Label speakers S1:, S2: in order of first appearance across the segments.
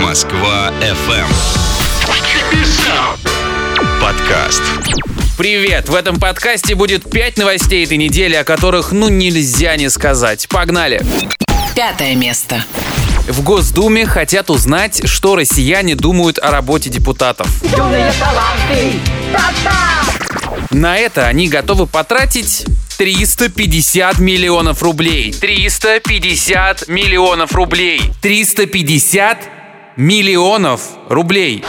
S1: Москва FM. Подкаст.
S2: Привет! В этом подкасте будет 5 новостей этой недели, о которых нельзя не сказать. Погнали!
S3: 5 место.
S2: В Госдуме хотят узнать, что россияне думают о работе депутатов. На это они готовы потратить 350 миллионов рублей. 350 миллионов рублей. 350 миллионов рублей.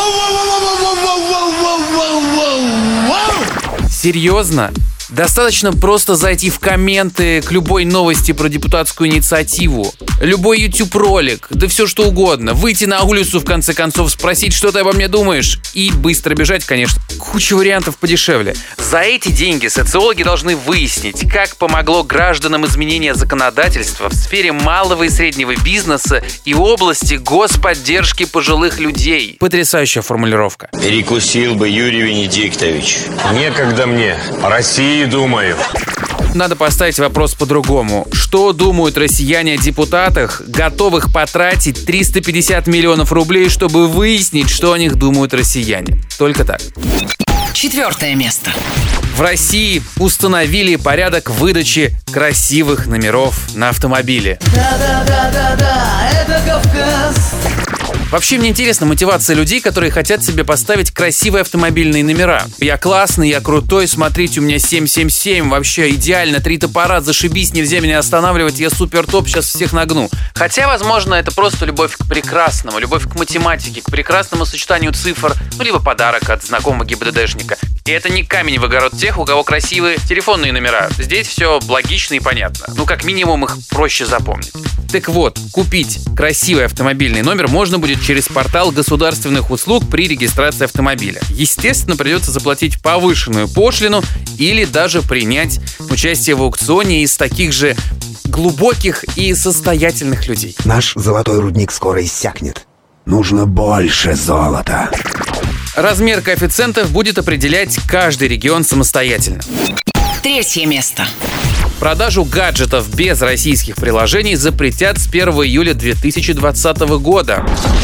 S2: Серьезно? Достаточно просто зайти в комменты к любой новости про депутатскую инициативу, любой YouTube-ролик, да все что угодно, выйти на улицу, в конце концов, спросить, что ты обо мне думаешь, и быстро бежать, конечно. Куча вариантов подешевле. За эти деньги социологи должны выяснить, как помогло гражданам изменение законодательства в сфере малого и среднего бизнеса и области господдержки пожилых людей. Потрясающая формулировка.
S4: Перекусил бы, Юрий Венедиктович. Некогда мне. О России думаю.
S2: Надо поставить вопрос по-другому. Что думают россияне о депутатах, готовых потратить 350 миллионов рублей, чтобы выяснить, что о них думают россияне? Только так.
S3: 4 место.
S2: В России установили порядок выдачи красивых номеров на автомобиле.
S5: Да, это Кавказ.
S2: Вообще, мне интересна мотивация людей, которые хотят себе поставить красивые автомобильные номера. Я классный, я крутой, смотрите, у меня 777, вообще идеально, 3 топора, зашибись, нельзя меня останавливать, я супер топ, сейчас всех нагну. Хотя, возможно, это просто любовь к прекрасному, любовь к математике, к прекрасному сочетанию цифр, либо подарок от знакомого ГИБДДшника. И это не камень в огород тех, у кого красивые телефонные номера. Здесь все логично и понятно. Как минимум их проще запомнить. Так вот, купить красивый автомобильный номер можно будет через портал государственных услуг при регистрации автомобиля. Естественно, придется заплатить повышенную пошлину или даже принять участие в аукционе из таких же глубоких и состоятельных людей.
S6: Наш золотой рудник скоро иссякнет. Нужно больше золота.
S2: Размер коэффициентов будет определять каждый регион самостоятельно.
S3: 3 место.
S2: Продажу гаджетов без российских приложений запретят с 1 июля 2020 года.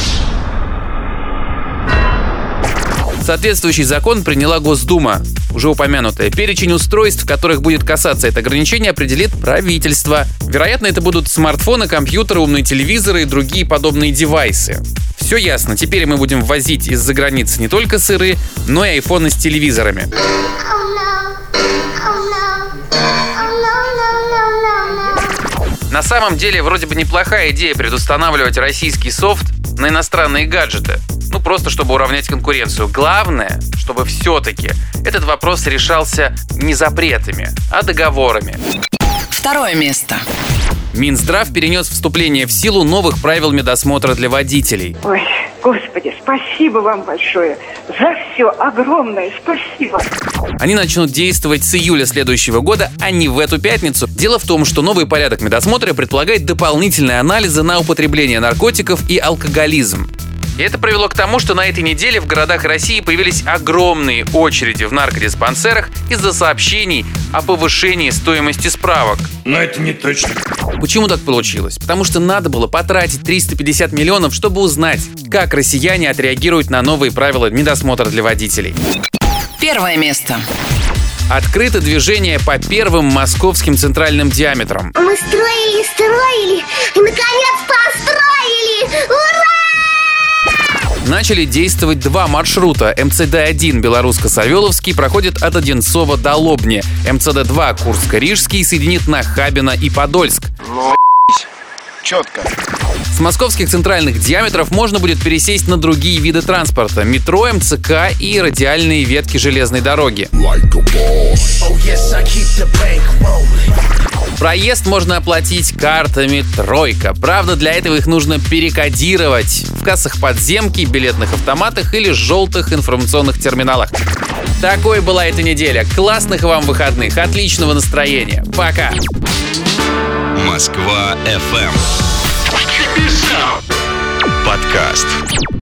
S2: Соответствующий закон приняла Госдума. Уже упомянутая. Перечень устройств, которых будет касаться это ограничение, определит правительство. Вероятно, это будут смартфоны, компьютеры, умные телевизоры и другие подобные девайсы. Все ясно. Теперь мы будем ввозить из-за границы не только сыры, но и айфоны с телевизорами. На самом деле, вроде бы неплохая идея предустанавливать российский софт на иностранные гаджеты. Просто чтобы уравнять конкуренцию. Главное, чтобы все-таки этот вопрос решался не запретами, а договорами.
S3: 2 место.
S2: Минздрав перенес вступление в силу новых правил медосмотра для водителей.
S7: Ой, Господи, спасибо вам большое. За все огромное спасибо.
S2: Они начнут действовать с июля следующего года, а не в эту пятницу. Дело в том, что новый порядок медосмотра предполагает дополнительные анализы на употребление наркотиков и алкоголизм. И это привело к тому, что на этой неделе в городах России появились огромные очереди в наркодиспансерах из-за сообщений о повышении стоимости справок.
S4: Но это не точно.
S2: Почему так получилось? Потому что надо было потратить 350 миллионов, чтобы узнать, как россияне отреагируют на новые правила медосмотра для водителей.
S3: 1 место.
S2: Открыто движение по первым московским центральным диаметрам.
S8: Мы строили и наконец-то построили! Ура!
S2: Начали действовать 2 маршрута. МЦД-1 Белорусско-Савеловский проходит от Одинцова до Лобни. МЦД-2 Курско-Рижский соединит Нахабино и Подольск.
S4: Четко.
S2: С московских центральных диаметров можно будет пересесть на другие виды транспорта: метро, МЦК и радиальные ветки железной дороги. Проезд можно оплатить картами «Тройка». Правда, для этого их нужно перекодировать в кассах подземки, билетных автоматах или желтых информационных терминалах. Такой была эта неделя. Классных вам выходных, отличного настроения. Пока!
S1: Москва FM. Подкаст.